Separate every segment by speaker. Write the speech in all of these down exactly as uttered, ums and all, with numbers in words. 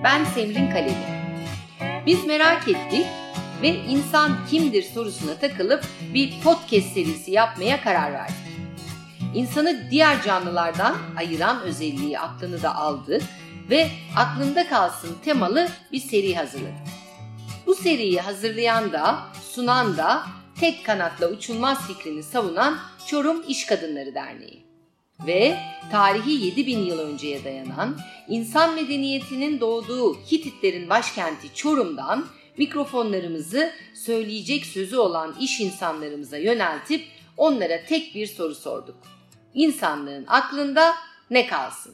Speaker 1: Ben Semrin Kaleli. Biz merak ettik ve insan kimdir sorusuna takılıp bir podcast serisi yapmaya karar verdik. İnsanı diğer canlılardan ayıran özelliği aklını da aldık ve aklında kalsın temalı bir seri hazırladık. Bu seriyi hazırlayan da, sunan da tek kanatla uçulmaz fikrini savunan Çorum İş Kadınları Derneği. Ve tarihi yedi bin yıl önceye dayanan, insan medeniyetinin doğduğu Hititlerin başkenti Çorum'dan mikrofonlarımızı söyleyecek sözü olan iş insanlarımıza yöneltip onlara tek bir soru sorduk. İnsanlığın aklında ne kalsın?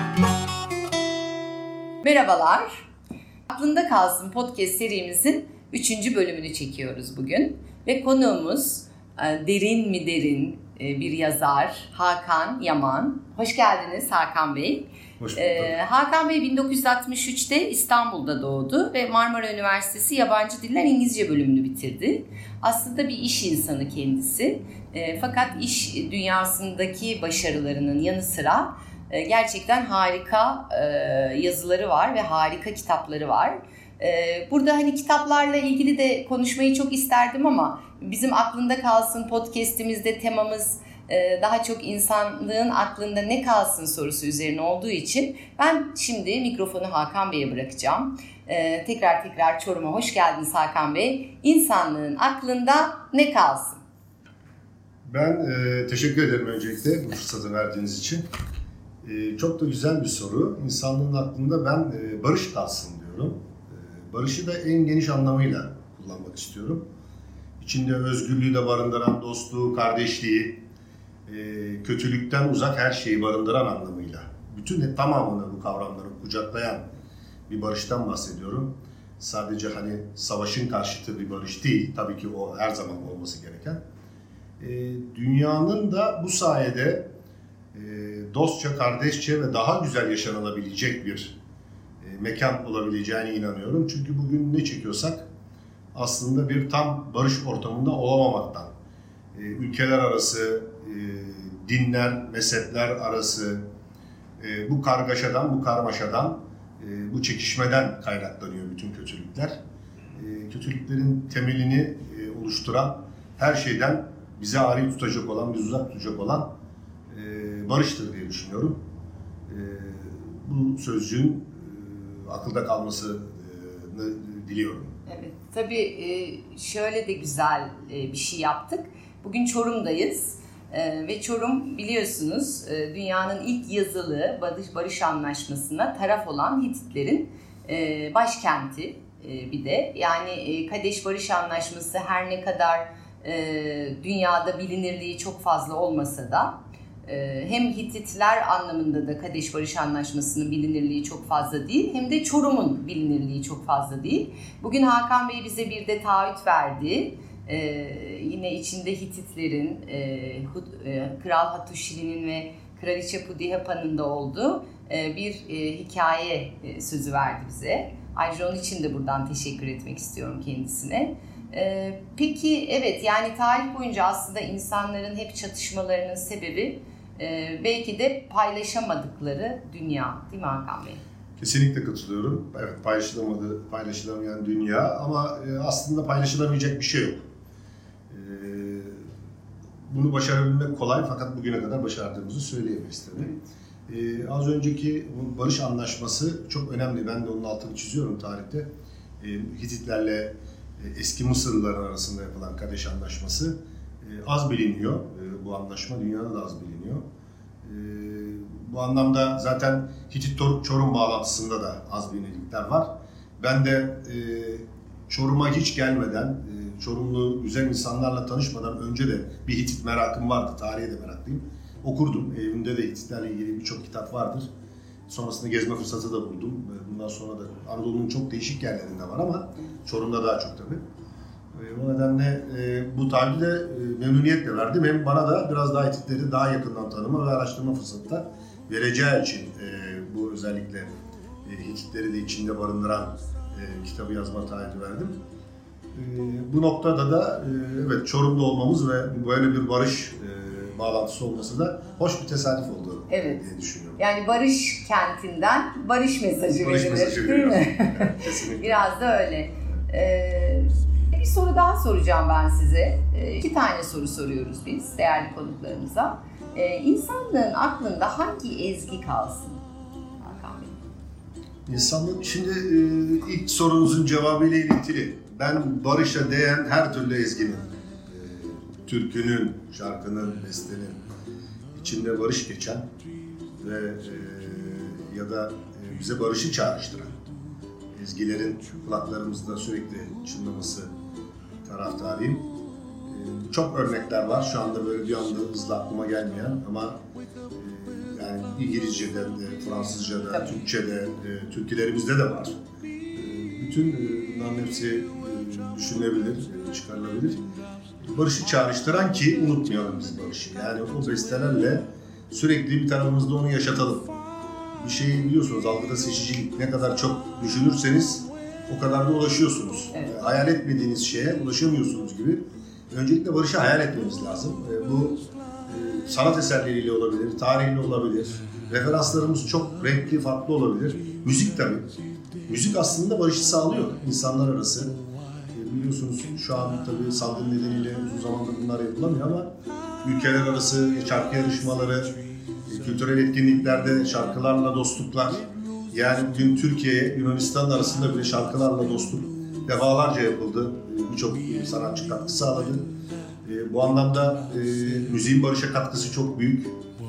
Speaker 1: Merhabalar. Aklında Kalsın podcast serimizin üçüncü bölümünü çekiyoruz bugün. Ve konuğumuz derin mi derin bir yazar Hakan Yaman. Hoş geldiniz Hakan Bey.
Speaker 2: Hoş bulduk.
Speaker 1: Ee, Hakan Bey bin dokuz yüz altmış üçte İstanbul'da doğdu ve Marmara Üniversitesi Yabancı Diller İngilizce bölümünü bitirdi. Aslında bir iş insanı kendisi. E, fakat iş dünyasındaki başarılarının yanı sıra e, gerçekten harika e, yazıları var ve harika kitapları var. E, burada hani kitaplarla ilgili de konuşmayı çok isterdim ama bizim Aklında Kalsın podcast'imizde temamız daha çok insanlığın aklında ne kalsın sorusu üzerine olduğu için ben şimdi mikrofonu Hakan Bey'e bırakacağım. Ee, tekrar tekrar Çorum'a hoş geldiniz Hakan Bey. İnsanlığın aklında ne kalsın?
Speaker 2: Ben e, teşekkür ederim öncelikle bu fırsatı verdiğiniz için. E, çok da güzel bir soru. İnsanlığın aklında ben e, barış kalsın diyorum. E, barışı da en geniş anlamıyla kullanmak istiyorum. İçinde özgürlüğü de barındıran, dostluğu, kardeşliği, kötülükten uzak her şeyi barındıran anlamıyla bütün tamamını bu kavramları kucaklayan bir barıştan bahsediyorum. Sadece hani savaşın karşıtı bir barış değil, tabii ki o her zaman olması gereken. Dünyanın da bu sayede dostça, kardeşçe ve daha güzel yaşanılabilecek bir mekan olabileceğine inanıyorum. Çünkü bugün ne çekiyorsak aslında bir tam barış ortamında olamamaktan, ülkeler arası, dinler, mezhepler arası bu kargaşadan, bu karmaşadan, bu çekişmeden kaynaklanıyor bütün kötülükler. Kötülüklerin temelini oluşturan her şeyden bize ayrı tutacak olan, bizi uzak tutacak olan barıştır diye düşünüyorum. Bu sözcüğün akılda kalmasını diliyorum.
Speaker 1: Evet, tabii şöyle de güzel bir şey yaptık. Bugün Çorum'dayız. Ee, ve Çorum biliyorsunuz e, dünyanın ilk yazılı barış, barış anlaşmasına taraf olan Hititlerin e, başkenti e, bir de. Yani e, Kadeş Barış Anlaşması her ne kadar e, dünyada bilinirliği çok fazla olmasa da e, hem Hititler anlamında da Kadeş Barış Anlaşması'nın bilinirliği çok fazla değil, hem de Çorum'un bilinirliği çok fazla değil. Bugün Hakan Bey bize bir de taahhüt verdi. Ee, yine içinde Hititlerin, e, Hud, e, Kral Hatuşili'nin ve Kraliçe Pudihepa'nın da olduğu e, bir e, hikaye e, sözü verdi bize. Ayrıca onun için de buradan teşekkür etmek istiyorum kendisine. E, peki evet, yani tarih boyunca aslında insanların hep çatışmalarının sebebi e, belki de paylaşamadıkları dünya, değil mi Hakan Bey?
Speaker 2: Kesinlikle katılıyorum. Evet, paylaşılamadı, paylaşılamayan dünya ama aslında paylaşılamayacak bir şey yok. Bunu başarabilmek kolay fakat bugüne kadar başardığımızı söyleyemeyiz tabii. Evet. Ee, az önceki barış anlaşması çok önemli. Ben de onun altını çiziyorum tarihte. Ee, Hititlerle e, eski Mısırlılar arasında yapılan Kadeş Anlaşması e, az biliniyor. E, bu anlaşma dünyada da az biliniyor. E, bu anlamda zaten Hitit-Çorum bağlantısında da az bilinirlikler var. Ben de e, Çorum'a hiç gelmeden, Çorumlu güzel insanlarla tanışmadan önce de bir Hitit merakım vardı. Tarihe de meraklıyım. Okurdum. Evimde de Hititlerle ilgili birçok kitap vardır. Sonrasında gezme fırsatı da buldum. Bundan sonra da Anadolu'nun çok değişik yerlerinde var ama Çorum'da daha çok tabii. O nedenle bu taahhüdü de memnuniyetle verdim. Hem bana da biraz daha Hititleri daha yakından tanıma ve araştırma fırsatı da vereceği için bu özellikle Hititleri de içinde barındıran kitabı yazma taahhüdü verdim. Bu noktada da evet Çorum'da olmamız ve böyle bir barış bağlantısı olması da hoş bir tesadüf oldu
Speaker 1: evet.
Speaker 2: diye düşünüyorum.
Speaker 1: Yani barış kentinden barış mesajı
Speaker 2: barış
Speaker 1: verilir,
Speaker 2: mesajı
Speaker 1: değil mi?
Speaker 2: Kesinlikle.
Speaker 1: Biraz da öyle. Ee, bir soru daha soracağım ben size. Ee, iki tane soru soruyoruz biz değerli konuklarımıza. Ee, insanlığın aklında hangi ezgi kalsın? Hakan Bey.
Speaker 2: İnsanlığın, şimdi e, ilk sorunuzun cevabıyla ilintili. Ben barışa değen her türlü ezginin, e, türkünün, şarkının, bestenin içinde barış geçen ve e, ya da e, bize barışı çağrıştıran ezgilerin kulaklarımızda sürekli çınlaması taraftarıyım. E, çok örnekler var. Şu anda böyle bir anda hızla aklıma gelmeyen ama e, yani İngilizce'de, de, Fransızca'da, Tabii. Türkçe'de, e, türkülerimizde de var. E, bütün e, bunların hepsi e, düşünülebilir, e, çıkarılabilir. Barışı çağrıştıran ki unutmayalım biz barışı. Yani o bestelerle sürekli bir tarafımızda onu yaşatalım. Bir şeyi biliyorsunuz, algıda seçicilik, ne kadar çok düşünürseniz o kadar da ulaşıyorsunuz. Evet. E, hayal etmediğiniz şeye ulaşamıyorsunuz gibi. Öncelikle barışı hayal etmemiz lazım. E, bu e, sanat eserleriyle olabilir, tarihle olabilir. Referanslarımız çok renkli, farklı olabilir. Müzik tabii. Müzik aslında barışı sağlıyor insanlar arası. E, biliyorsunuz şu an tabii salgın nedeniyle uzun zamandır bunlar yapılamıyor ama ülkeler arası şarkı yarışmaları, kültürel etkinliklerde şarkılarla dostluklar, yani bugün Türkiye Yunanistan arasında bile şarkılarla dostluk defalarca yapıldı. Birçok sanatçı katkı sağladı. Bu anlamda müziğin barışa katkısı çok büyük.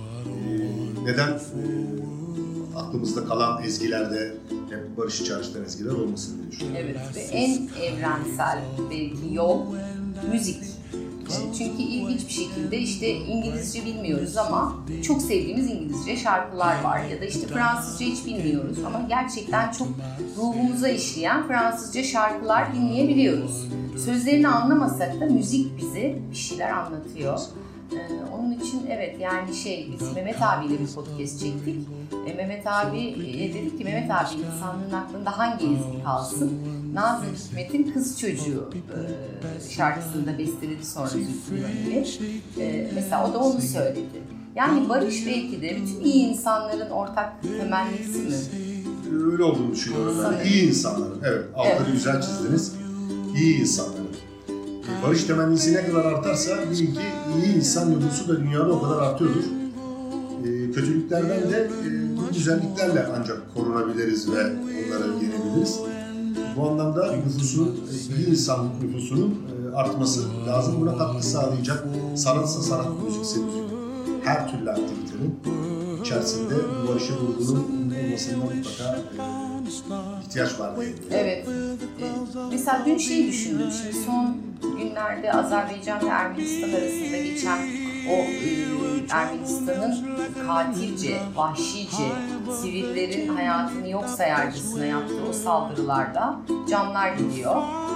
Speaker 2: Neden aklımızda kalan ezgilerde hep barışı çağrıştıran ezgiler olmasın diye düşünüyorum.
Speaker 1: Evet ve en evrensel belki yol müzik. Çünkü ilginç bir şekilde işte İngilizce bilmiyoruz ama çok sevdiğimiz İngilizce şarkılar var ya da işte Fransızca hiç bilmiyoruz ama gerçekten çok ruhumuza işleyen Fransızca şarkılar dinleyebiliyoruz. Sözlerini anlamasak da müzik bize bir şeyler anlatıyor. Ee, onun için evet yani şey biz Mehmet abiyle bir podcast çektik. E, Mehmet abi e, dedik ki Mehmet abi insanlığın aklında hangi ezgi kalsın? Nazım Hikmet'in Kız Çocuğu e, şarkısını da besteledi sonra Zülfü Livaneli. E, mesela o da onu söyledi. Yani barış belki de bütün iyi insanların ortak temennisi mi?
Speaker 2: Öyle olduğunu düşünüyorum. Yani iyi insanların, evet altını evet. güzel çizdiniz. İyi insanların. Barış temennisi ne kadar artarsa bilin ki iyi insan nüfusu da dünyada o kadar artıyordur. E, kötülüklerden de e, bu güzelliklerle ancak korunabiliriz ve onları yenebiliriz. Bu anlamda nüfusun, iyi insanlık nüfusunun e, artması lazım. Buna katkı sağlayacak sanatsa sanat, müzikse müzik. Her türlü aktivitenin içerisinde bu barışa vurgunun olmasından mutlaka e, ihtiyaç var.
Speaker 1: Evet. E, mesela dün şeyi düşündüm. Şimdi son günlerde Azerbaycan ve Ermenistan arasında geçen o e, Ermenistan'ın katilce, vahşice sivillerin hayatını yok sayarcasına yaptığı o saldırılarda canlar gidiyor.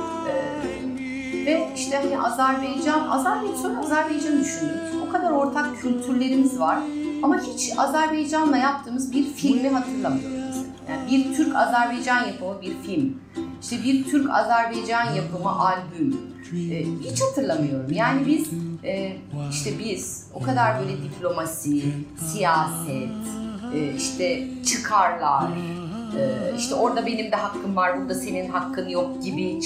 Speaker 1: E, ve işte hani Azerbaycan, Azerbaycan sonra Azerbaycan'ı düşündüm. O kadar ortak kültürlerimiz var ama hiç Azerbaycan'la yaptığımız bir filmi hatırlamıyorum. Yani bir Türk-Azerbaycan yapımı bir film, işte bir Türk-Azerbaycan yapımı albüm, ee, hiç hatırlamıyorum. Yani biz, e, işte biz o kadar böyle diplomasi, siyaset, e, işte çıkarlar, e, işte orada benim de hakkım var, burada senin hakkın yok gibi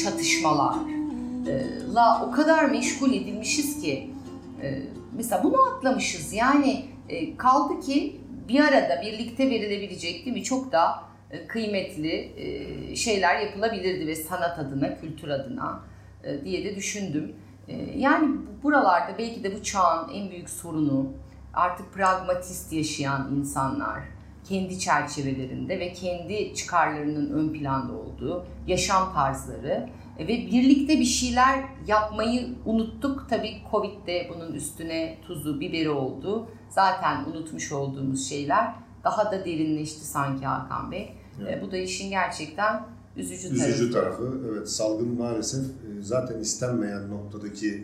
Speaker 1: çatışmalarla o kadar meşgul edilmişiz ki, e, mesela bunu atlamışız. Yani e, kaldı ki bir arada birlikte verilebilecek değil mi? Çok da kıymetli şeyler yapılabilirdi ve sanat adına, kültür adına diye de düşündüm. Yani buralarda belki de bu çağın en büyük sorunu artık pragmatist yaşayan insanlar, kendi çerçevelerinde ve kendi çıkarlarının ön planda olduğu yaşam tarzları ve birlikte bir şeyler yapmayı unuttuk. Tabii Covid de bunun üstüne tuzu, biberi oldu. Zaten unutmuş olduğumuz şeyler daha da derinleşti sanki Hakan Bey. Evet. Bu da işin gerçekten üzücü tarafı.
Speaker 2: Üzücü tarafı, evet. Salgın maalesef zaten istenmeyen noktadaki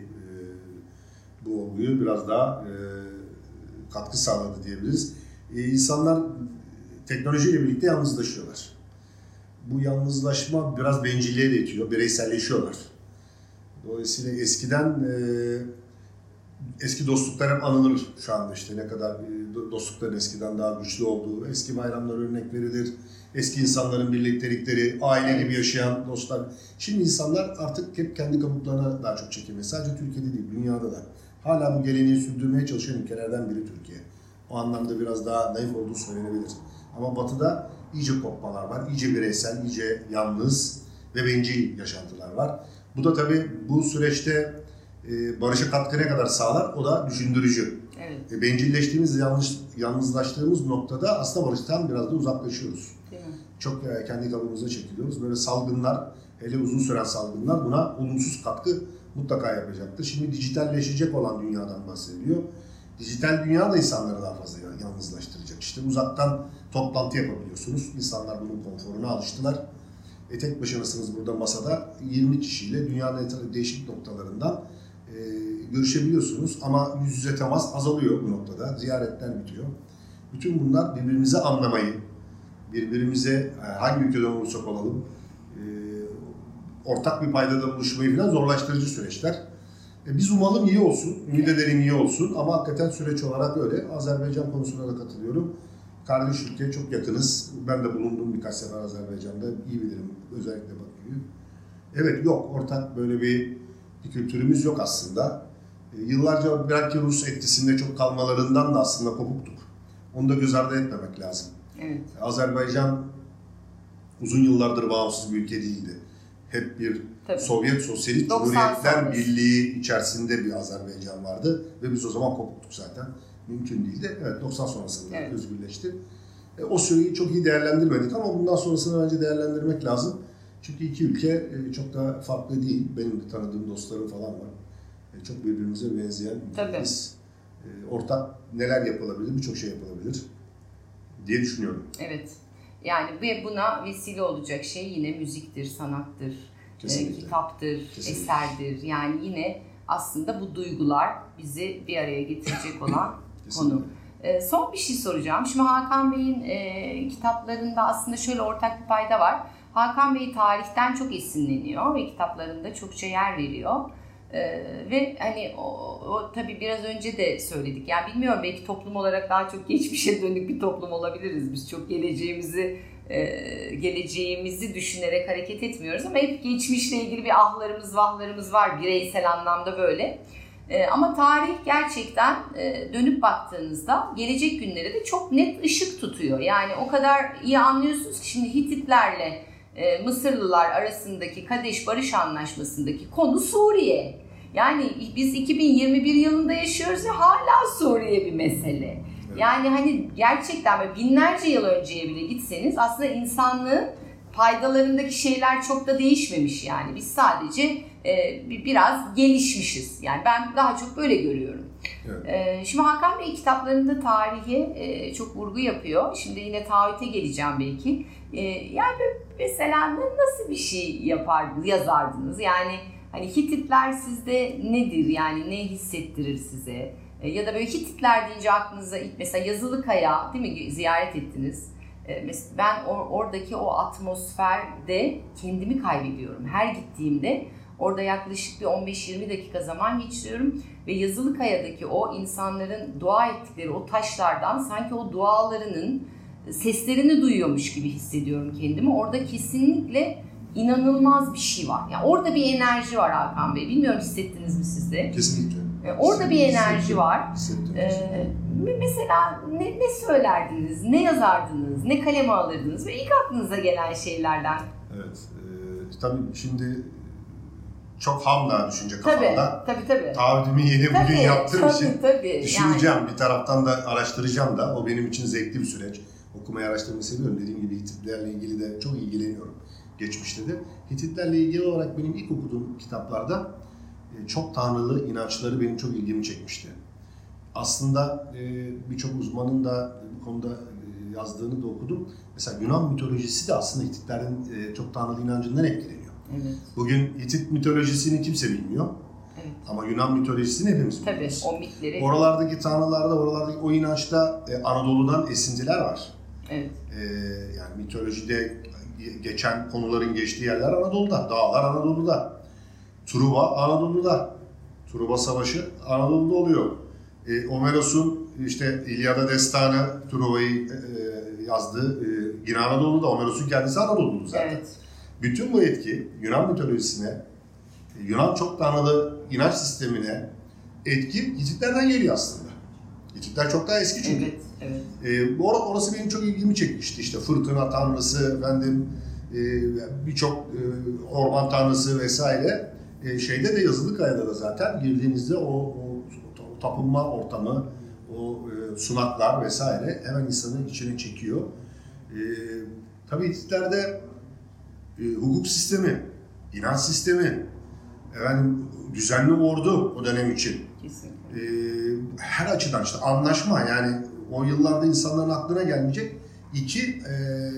Speaker 2: bu olguyu biraz daha katkı sağladı diyebiliriz. İnsanlar teknolojiyle birlikte yalnızlaşıyorlar. Bu yalnızlaşma biraz bencilliğe de itiyor, bireyselleşiyorlar. Dolayısıyla eskiden eski dostluklar hep anılır şu anda, işte ne kadar dostlukların eskiden daha güçlü olduğu, eski bayramlar örnek verilir. Eski insanların birliktelikleri, aile gibi yaşayan dostlar. Şimdi insanlar artık hep kendi kabuklarına daha çok çekilmeye. Sadece Türkiye'de değil, dünyada da. Hala bu geleneği sürdürmeye çalışan ülkelerden biri Türkiye. O anlamda biraz daha naif olduğu söylenebilir. Ama Batı'da iyice kopmalar var, iyice bireysel, iyice yalnız ve bencil yaşantılar var. Bu da tabii bu süreçte e, barışa katkı ne kadar sağlar, o da düşündürücü.
Speaker 1: Evet.
Speaker 2: E, bencilleştiğimiz, yanlış, yalnızlaştığımız noktada aslında barıştan biraz da uzaklaşıyoruz.
Speaker 1: Değil mi?
Speaker 2: Çok e, kendi kabımıza çekiliyoruz. Böyle salgınlar, hele uzun süren salgınlar buna olumsuz katkı mutlaka yapacaktır. Şimdi dijitalleşecek olan dünyadan bahsediliyor. Dijital dünya da insanları daha fazla yalnızlaştıracak. İşte uzaktan toplantı yapabiliyorsunuz. İnsanlar bunun konforuna alıştılar. E tek başınasınız burada masada yirmi kişiyle dünyanın değişik noktalarından e, görüşebiliyorsunuz. Ama yüz yüze temas azalıyor bu noktada. Ziyaretler bitiyor. Bütün bunlar birbirimizi anlamayı, birbirimize hangi ülkeden olursak olalım e, ortak bir paydada buluşmayı falan zorlaştırıcı süreçler. E, biz umalım iyi olsun, ümit edelim iyi olsun ama hakikaten süreç olarak öyle. Azerbaycan konusuna da katılıyorum. Kardeş ülkeye çok yakınız. Ben de bulundum birkaç sefer Azerbaycan'da. İyi bilirim özellikle Bakü'yü. Evet yok, ortak böyle bir, bir kültürümüz yok aslında. E, yıllarca belki Rus etkisinde çok kalmalarından da aslında kopuktuk. Onu da göz ardı etmemek lazım.
Speaker 1: Evet.
Speaker 2: Azerbaycan uzun yıllardır bağımsız bir ülke değildi. Hep bir Tabii. Sovyet Sosyalist Cumhuriyetler Birliği içerisinde bir Azerbaycan vardı ve biz o zaman kopuktuk zaten. Mümkün değildi. Evet, doksan sonrasında evet. özgürleşti. E, o süreyi çok iyi değerlendirmedik ama bundan sonrasını bence değerlendirmek lazım. Çünkü iki ülke e, çok da farklı değil. Benim de tanıdığım dostlarım falan var. E, çok birbirimize benzeyen ülkeyiz. E, ortak neler yapılabilir, birçok şey yapılabilir diye düşünüyorum.
Speaker 1: Evet. Yani ve buna vesile olacak şey yine müziktir, sanattır, e, kitaptır, Kesinlikle. eserdir. Yani yine aslında bu duygular bizi bir araya getirecek olan konu. E, son bir şey soracağım. Şimdi Hakan Bey'in e, kitaplarında aslında şöyle ortak bir payda var. Hakan Bey tarihten çok esinleniyor ve kitaplarında çokça yer veriyor. Ee, ve hani o, o tabii biraz önce de söyledik. Yani bilmiyorum, belki toplum olarak daha çok geçmişe dönük bir toplum olabiliriz. Biz çok geleceğimizi e, geleceğimizi düşünerek hareket etmiyoruz ama hep geçmişle ilgili bir ahlarımız, vahlarımız var bireysel anlamda böyle. E, ama tarih gerçekten e, dönüp baktığınızda gelecek günlere de çok net ışık tutuyor. Yani o kadar iyi anlıyorsunuz ki şimdi Hititlerle Mısırlılar arasındaki Kadeş Barış Anlaşması'ndaki konu Suriye. Yani biz iki bin yirmi bir yılında yaşıyoruz ve hala Suriye bir mesele. Yani hani gerçekten böyle binlerce yıl önceye bile gitseniz aslında insanlığın faydalarındaki şeyler çok da değişmemiş yani. Biz sadece e, biraz gelişmişiz. Yani ben daha çok böyle görüyorum. Evet. E, şimdi Hakan Bey kitaplarında tarihe e, çok vurgu yapıyor. Şimdi yine taahhüte geleceğim belki. E, yani mesela nasıl bir şey yapardınız, yazardınız? Yani hani Hititler sizde nedir? Yani ne hissettirir size? E, ya da böyle Hititler deyince aklınıza ilk mesela Yazılıkaya değil mi ziyaret ettiniz? E, ben or- oradaki o atmosferde kendimi kaybediyorum. Her gittiğimde orada yaklaşık bir on beş yirmi dakika zaman geçiriyorum ve Yazılıkaya'daki o insanların dua ettikleri o taşlardan sanki o dualarının seslerini duyuyormuş gibi hissediyorum kendimi. Orada kesinlikle inanılmaz bir şey var. Yani orada bir enerji var Hakan Bey. Bilmiyorum, hissettiniz mi siz de?
Speaker 2: Kesinlikle.
Speaker 1: Orada
Speaker 2: Kesinlikle.
Speaker 1: bir enerji
Speaker 2: Hissettim.
Speaker 1: var.
Speaker 2: Hissettim.
Speaker 1: Ee, mesela ne, ne söylerdiniz, ne yazardınız, ne kaleme alırdınız ve ilk aklınıza gelen şeylerden?
Speaker 2: Evet. E, tabii şimdi çok ham daha düşünce kafamda.
Speaker 1: Tabii, tabii, tabii.
Speaker 2: Taahhüdümü yeni
Speaker 1: tabii,
Speaker 2: bugün yaptığım
Speaker 1: tabii,
Speaker 2: için
Speaker 1: tabii.
Speaker 2: düşüneceğim.
Speaker 1: Yani.
Speaker 2: Bir taraftan da araştıracağım da. O benim için zevkli bir süreç. Okumayı, araştırmayı seviyorum. Dediğim gibi Hititlerle ilgili de çok ilgileniyorum. Geçmişte de. Hititlerle ilgili olarak benim ilk okuduğum kitaplarda çok tanrılı inançları benim çok ilgimi çekmişti. Aslında birçok uzmanın da bu konuda yazdığını da okudum. Mesela Yunan mitolojisi de aslında Hititlerin çok tanrılı inancından etkileniyor.
Speaker 1: Evet.
Speaker 2: Bugün Hitit mitolojisini kimse bilmiyor. Evet. Ama Yunan mitolojisini hepimiz biliyoruz.
Speaker 1: Tabii, o mitleri.
Speaker 2: Oralardaki tanrılarda, oralardaki o inançta Anadolu'dan esintiler var.
Speaker 1: Evet.
Speaker 2: Ee, yani mitolojide geçen konuların geçtiği yerler Anadolu'da. Dağlar Anadolu'da. Truva Anadolu'da. Truva Savaşı Anadolu'da oluyor. E, Homeros'un işte İlyada Destanı Truva'yı e, yazdığı e, yine Anadolu'da. Homeros'un kendisi Anadolu'da zaten. Evet. Bütün bu etki Yunan mitolojisine, Yunan çok tanrılı inanç sistemine etki Hititlerden geliyor aslında. Hititler çok daha eski çünkü.
Speaker 1: Evet, evet.
Speaker 2: E, bu orası benim çok ilgimi çekmişti. İşte fırtına tanrısı, efendim e, birçok e, orman tanrısı vesaire. E, şeyde de yazılı kayada da zaten girdiğinizde o, o, o tapınma ortamı, o e, sunaklar vesaire hemen insanı içine çekiyor. E, tabii Hititlerde e, hukuk sistemi, inanç sistemi, efendim düzenli ordu o dönem için.
Speaker 1: Kesinlikle.
Speaker 2: E, her açıdan işte anlaşma, yani o yıllarda insanların aklına gelmeyecek iki e,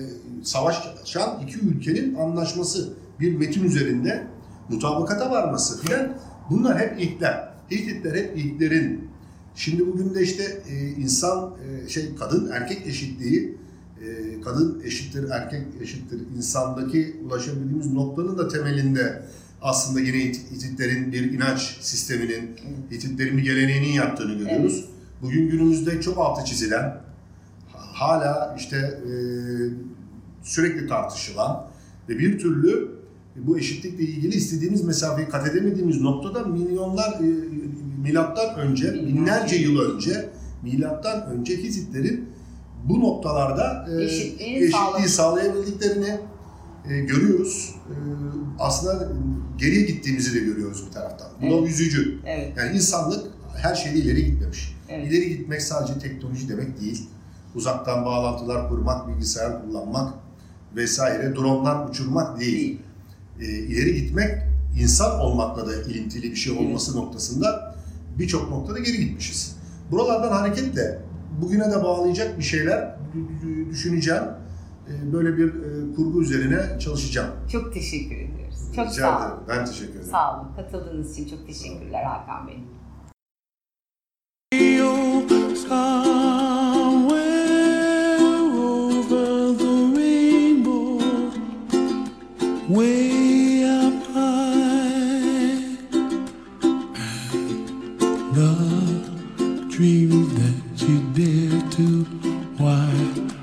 Speaker 2: savaşan iki ülkenin anlaşması, bir metin üzerinde mutabakata varması filan, bunlar hep ilkler. Hititler hep ilklerin. Şimdi bugün de işte e, insan e, şey kadın erkek eşitliği, e, kadın eşittir erkek eşittir insandaki ulaşabildiğimiz noktanın da temelinde aslında yine Hititlerin bir inanç sisteminin, Hititlerin bir geleneğinin yattığını görüyoruz. Evet. Bugün günümüzde çok altı çizilen, hala işte e, sürekli tartışılan ve bir türlü bu eşitlikle ilgili istediğimiz mesafeyi kat edemediğimiz noktada milyonlar e, milattan önce, binlerce yıl önce, milattan önce Hititlerin bu noktalarda e,
Speaker 1: eşitliği,
Speaker 2: eşitliği sağlayabildiklerini e, görüyoruz. E, aslında geriye gittiğimizi de görüyoruz bir taraftan. Bu evet. da üzücü. Evet. Yani insanlık her şeyde ileri gitmemiş. Evet. İleri gitmek sadece teknoloji demek değil. Uzaktan bağlantılar kurmak, bilgisayar kullanmak vesaire, dronlar uçurmak değil. değil. E, ileri gitmek insan olmakla da ilintili bir şey olması evet. noktasında birçok noktada geri gitmişiz. Buralardan hareketle bugüne de bağlayacak bir şeyler düşüneceğim. E, böyle bir e, kurgu üzerine çalışacağım.
Speaker 1: Çok teşekkür ediyoruz. Çok
Speaker 2: Rica
Speaker 1: sağ olun.
Speaker 2: ederim. Ben teşekkür ederim.
Speaker 1: Sağ olun. Katıldığınız için çok teşekkürler Hakan Bey.
Speaker 3: Way up high, and the dreams that you dare to, why